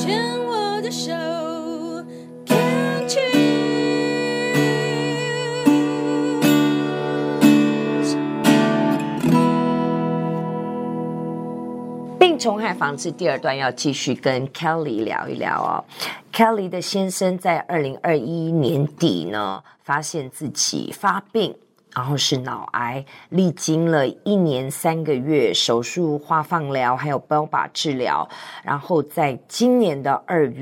牵我的手 Can't you。 病虫害防治第二段要继续跟 Kelly 聊一聊哦。Kelly 的先生在2021年底呢，发现自己发病，然后是脑癌，历经了1年3个月手术、化放疗，还有标靶治疗，然后在今年的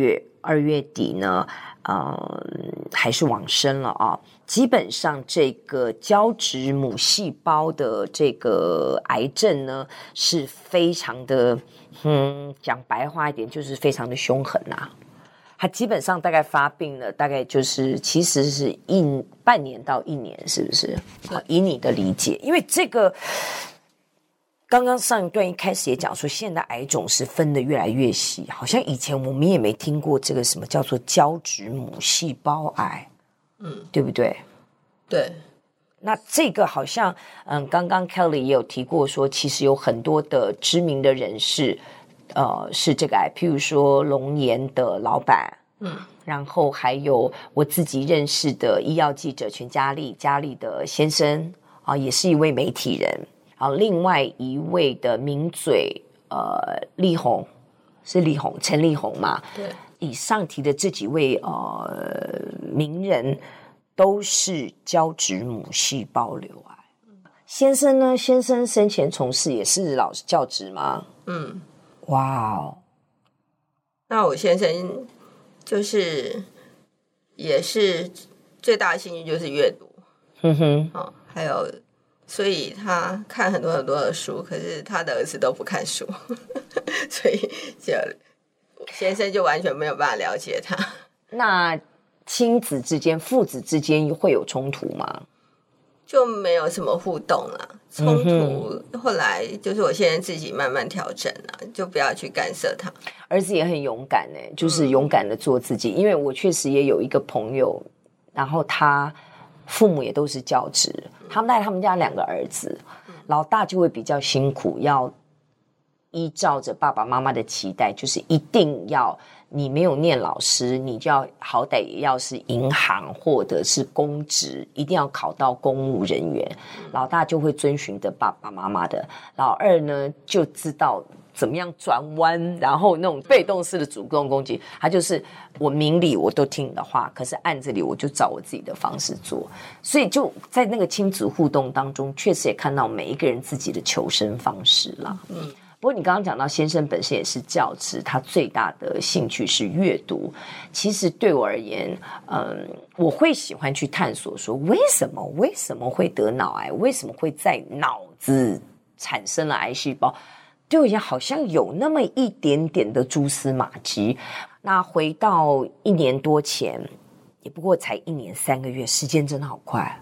2月底呢，还是往生了啊。基本上这个胶质母细胞的这个癌症呢，是非常的，讲白话一点，就是非常的凶狠啊。它基本上大概发病了，大概就是其实是半年到1年，是不是？以你的理解，因为这个刚刚上一段一开始也讲说，现在癌种是分得越来越细，好像以前我们也没听过这个什么叫做胶质母细胞癌。对不对？ 对。 那这个好像，刚刚 Kelly 也有提过说，其实有很多的知名的人士，是这个癌，譬如说龙岩的老板，然后还有我自己认识的医药记者全家丽的先生啊，也是一位媒体人啊，另外一位的名嘴，力宏是陈力宏嘛？ 对。 以上提的这几位名人都是胶质母细胞瘤癌。先生呢？先生生前从事也是老师教职吗？哇哦！ 那我先生就是也是最大的兴趣就是阅读，还有所以他看很多很多的书，可是他的儿子都不看书，所以就先生就完全没有办法了解他。 那亲子之间、父子之间会有冲突吗？ 就没有什么互动啦，冲突后来就是我现在自己慢慢调整啦，就不要去干涉他。 儿子也很勇敢欸，就是勇敢的做自己。因为我确实也有一个朋友，然后他父母也都是教职，他们带他们家2个儿子，老大就会比较辛苦，要依照着爸爸妈妈的期待，就是一定要你没有念老师，你就要好歹也要是银行或者是公职，一定要考到公务人员。老大就会遵循着爸爸妈妈的，老二呢就知道怎么样转弯，然后那种被动式的主动攻击，他就是我明里我都听你的话，可是暗这里我就照我自己的方式做。所以就在那个亲子互动当中，确实也看到每一个人自己的求生方式啦。不过你刚刚讲到先生本身也是教职，他最大的兴趣是阅读。其实对我而言，我会喜欢去探索说为什么会得脑癌，为什么会在脑子产生了癌细胞，对我而言好像有那么一点点的蛛丝马迹。那回到1年多前，也不过才1年3个月，时间真的好快。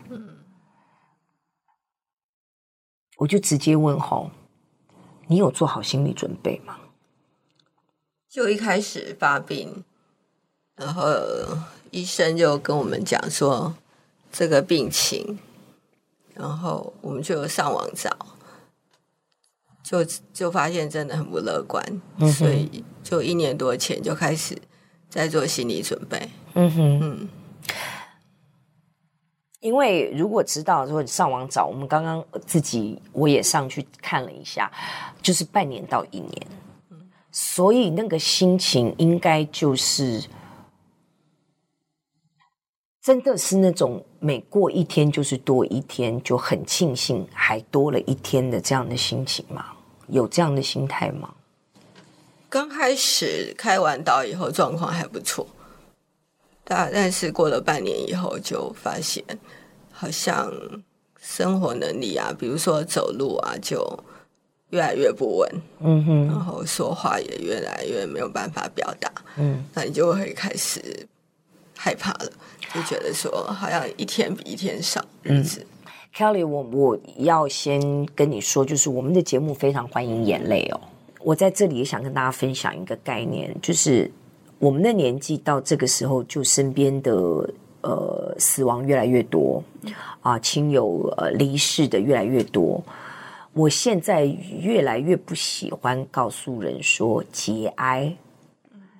我就直接问吼，你有做好心理准备吗？ 就一开始发病，然后医生就跟我们讲说这个病情，然后我们就有上网找，就发现真的很不乐观，所以就1年多前就开始在做心理准备。 因为如果知道说你上网找，我们刚刚我也上去看了一下，就是半年到1年，所以那个心情应该就是真的是那种每过1天就是多1天，就很庆幸还多了1天的这样的心情吗？有这样的心态吗？ 刚开始开完刀以后状况还不错，但是过了半年以后就发现好像生活能力啊，比如说走路啊就越来越不稳，然后说话也越来越没有办法表达，那你就会开始害怕了，就觉得说好像1天比1天少日子。 Kelly， 我要先跟你说，就是我们的节目非常欢迎眼泪哦。我在这里也想跟大家分享一个概念，就是我们的年纪到这个时候，就身边的死亡越来越多啊，亲友离世的越来越多。我现在越来越不喜欢告诉人说节哀，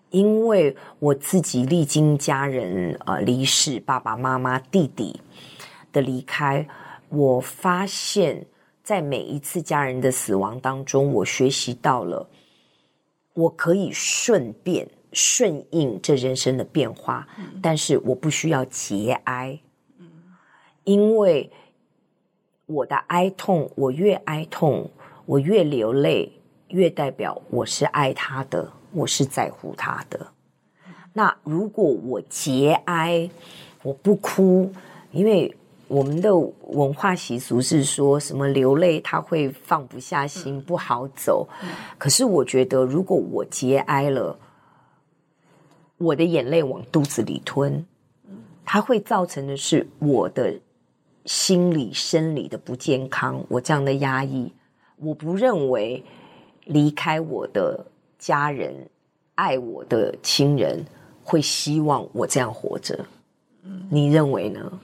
因为我自己历经家人离世，爸爸妈妈、弟弟的离开，我发现在每一次家人的死亡当中，我学习到了我可以顺应这人生的变化，但是我不需要节哀，因为我的哀痛，我越哀痛，我越流泪，越代表我是爱他的，我是在乎他的。那如果我节哀，我不哭，因为我们的文化习俗是说什么流泪他会放不下心，不好走。可是我觉得如果我节哀了，我的眼泪往肚子里吞，它会造成的是我的心理生理的不健康，我这样的压抑，我不认为离开我的家人爱我的亲人会希望我这样活着。你认为呢？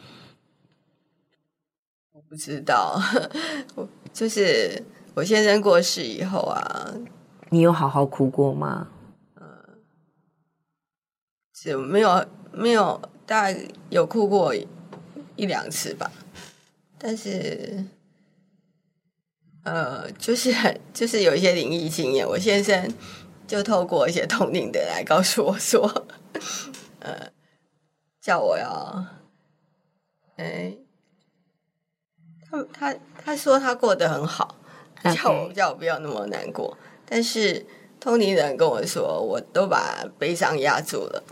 我不知道，就是我先生过世以后啊， 你有好好哭过吗？ 是没有，大概有哭过一两次吧，但是就是有一些灵异经验，我先生就透过一些通灵的来告诉我说，叫我要，他说他过得很好，叫我不要那么难过，但是通灵人跟我说，我都把悲伤压住了，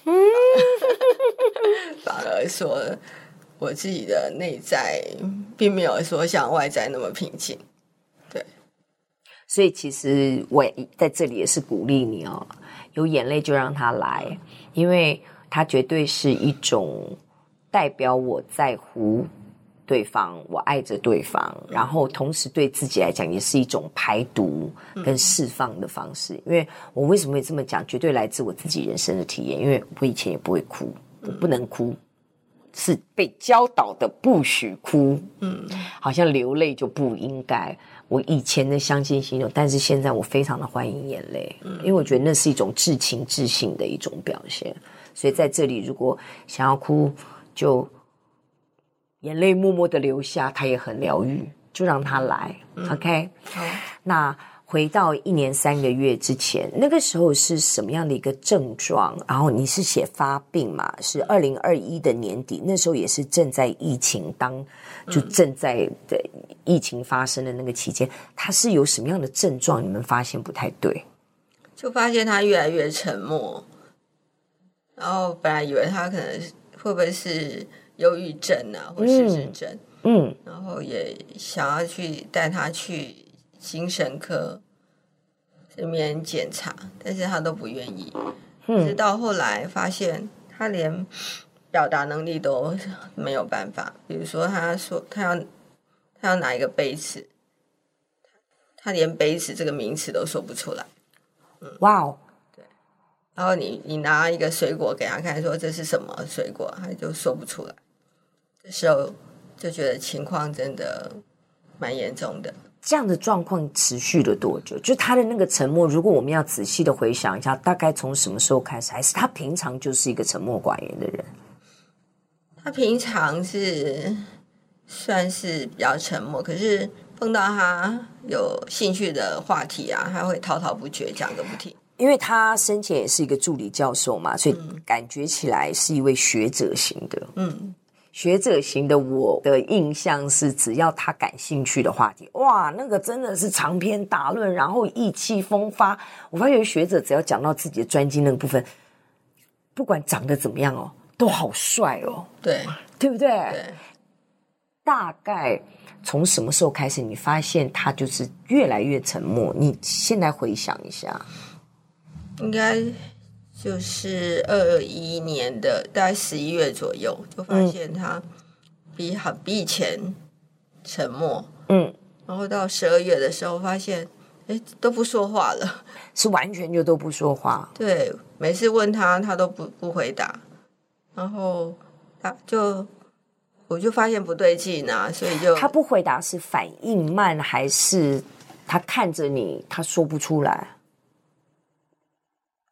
反而说我自己的内在并没有说像外在那么平静。对， 所以其实我在这里也是鼓励你哦，有眼泪就让它来，因为它绝对是一种代表我在乎对方，我爱着对方，然后同时对自己来讲也是一种排毒跟释放的方式。因为我为什么会这么讲，绝对来自我自己人生的体验，因为我以前也不会哭，我不能哭，是被教导的不许哭，好像流泪就不应该。我以前的相信心有，但是现在我非常的欢迎眼泪，因为我觉得那是一种至情至性的一种表现。所以在这里，如果想要哭，就眼泪默默的流下，它也很疗愈，就让它来。OK， 好， 那回到1年3个月之前，那个时候是什么样的一个症状？然后你是写发病嘛？是2021的年底，那时候也是正在疫情正在的疫情发生的那个期间，它是有什么样的症状？你们发现不太对？ 就发现他越来越沉默，然后本来以为他可能会不会是忧郁症啊，或失智症，然后也想要去带他去精神科这边检查，但是他都不愿意。直到后来发现他连表达能力都没有办法，比如说他说他要拿一个杯子，他连杯子这个名词都说不出来。 哇哦！ 对，然后你拿一个水果给他看，说这是什么水果，他就说不出来。这时候就觉得情况真的蛮严重的。 这样的状况持续了多久？就他的那个沉默，如果我们要仔细的回想一下，大概从什么时候开始？还是他平常就是一个沉默寡言的人？ 他平常是算是比较沉默，可是碰到他有兴趣的话题啊，他会滔滔不绝，讲个不停。 因为他生前也是一个助理教授嘛，所以感觉起来是一位学者型的。学者型的，我的印象是，只要他感兴趣的话题，哇，那个真的是长篇大论，然后意气风发。我发觉学者只要讲到自己的专精那个部分，不管长得怎么样哦，都好帅哦， 对， 对不对？ 对。 大概从什么时候开始，你发现他就是越来越沉默？你现在回想一下， 应该就是21年的大概11月左右，就发现他比以前沉默。然后到12月的时候，发现都不说话了， 是完全就都不说话。 对，每次问他，他都不回答，然后我就发现不对劲啊，所以就他不回答是反应慢，还是他看着你，他说不出来？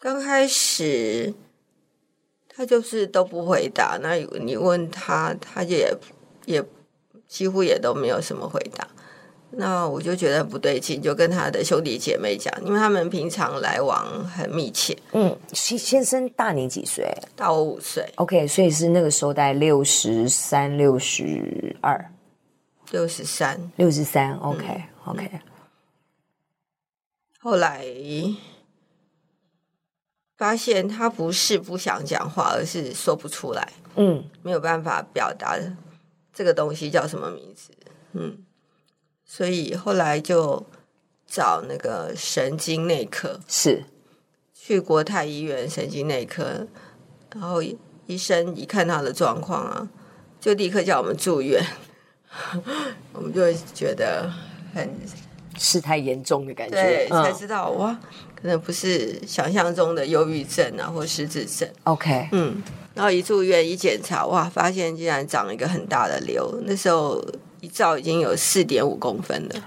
刚开始他就是都不回答，那你问他，他也几乎也都没有什么回答。那我就觉得不对劲，就跟他的兄弟姐妹讲，因为他们平常来往很密切。 先生大你几岁？ 大我5岁。 OK， 所以是那个时候大概63、62、63。OK。 后来发现他不是不想讲话，而是说不出来。没有办法表达这个东西叫什么名字。所以后来就找那个神经内科， 是去国泰医院神经内科，然后医生一看他的状况啊，就立刻叫我们住院。我们就会觉得很事态严重的感觉， 对，才知道哇，可能不是想象中的忧郁症啊，或失智症。 OK， 然后一住院一检查，哇，发现竟然长了一个很大的瘤，那时候一照已经有4.5公分了。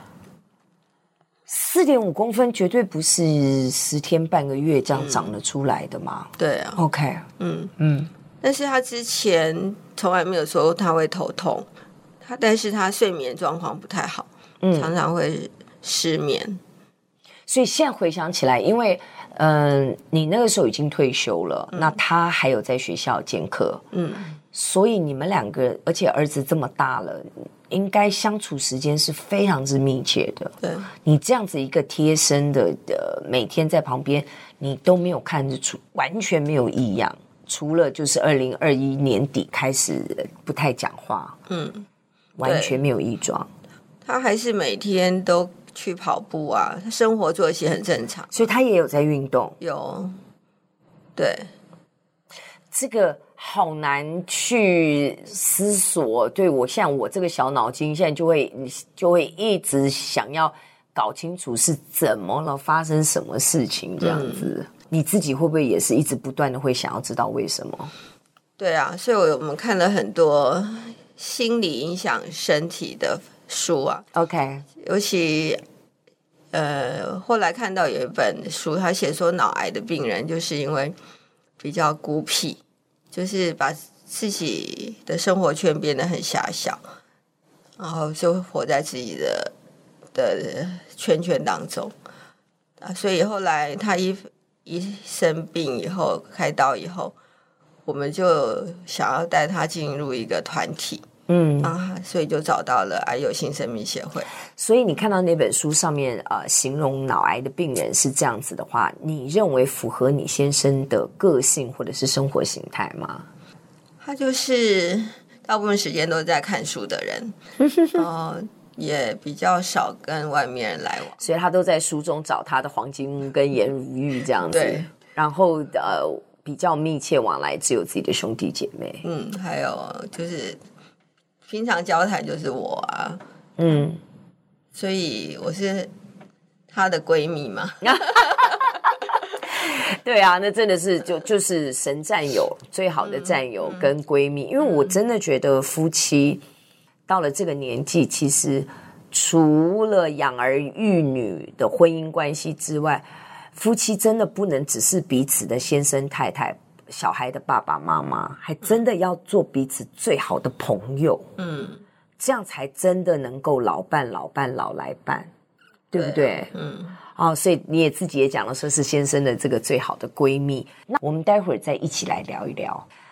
4.5公分绝对不是10天半个月这样长得出来的嘛。 对啊。 OK， 但是他之前从来没有说他会头痛，但是他睡眠状况不太好，常常会失眠。 所以现在回想起来，因为你那个时候已经退休了，那他还有在学校兼课，所以你们两个，而且儿子这么大了，应该相处时间是非常之密切的。 对， 你这样子一个贴身的每天在旁边，你都没有看得出，完全没有异样，除了就是2021年底开始不太讲话，完全没有异状。 他还是每天都去跑步啊，他生活作息很正常， 所以他也有在运动。 有，对， 这个好难去思索。对，像我这个小脑筋，现在就会一直想要搞清楚是怎么了，发生什么事情这样子。你自己会不会也是一直不断的会想要知道为什么？ 对啊，所以我们看了很多心理影响身体的书啊。 OK， 尤其后来看到有一本书，他写说脑癌的病人就是因为比较孤僻，就是把自己的生活圈变得很狭小，然后就活在自己的圈当中啊。所以后来他一生病以后，开刀以后，我们就想要带他进入一个团体。所以就找到了癌友新生命协会。 所以你看到那本书上面形容脑癌的病人是这样子的话，你认为符合你先生的个性或者是生活形态吗？ 他就是大部分时间都在看书的人，也比较少跟外面人来往， 所以他都在书中找他的黄金屋跟颜如玉这样子。 对， 然后比较密切往来只有自己的兄弟姐妹。 还有就是平常交谈就是我啊，所以我是她的闺蜜嘛。 对啊，那真的是就是神战友，最好的战友跟闺蜜。因为我真的觉得夫妻到了这个年纪，其实除了养儿育女的婚姻关系之外，夫妻真的不能只是彼此的先生太太，小孩的爸爸妈妈，还真的要做彼此最好的朋友。这样才真的能够老伴老来伴，对不对？所以你也自己也讲了，说是先生的这个最好的闺蜜。那我们待会儿再一起来聊一聊。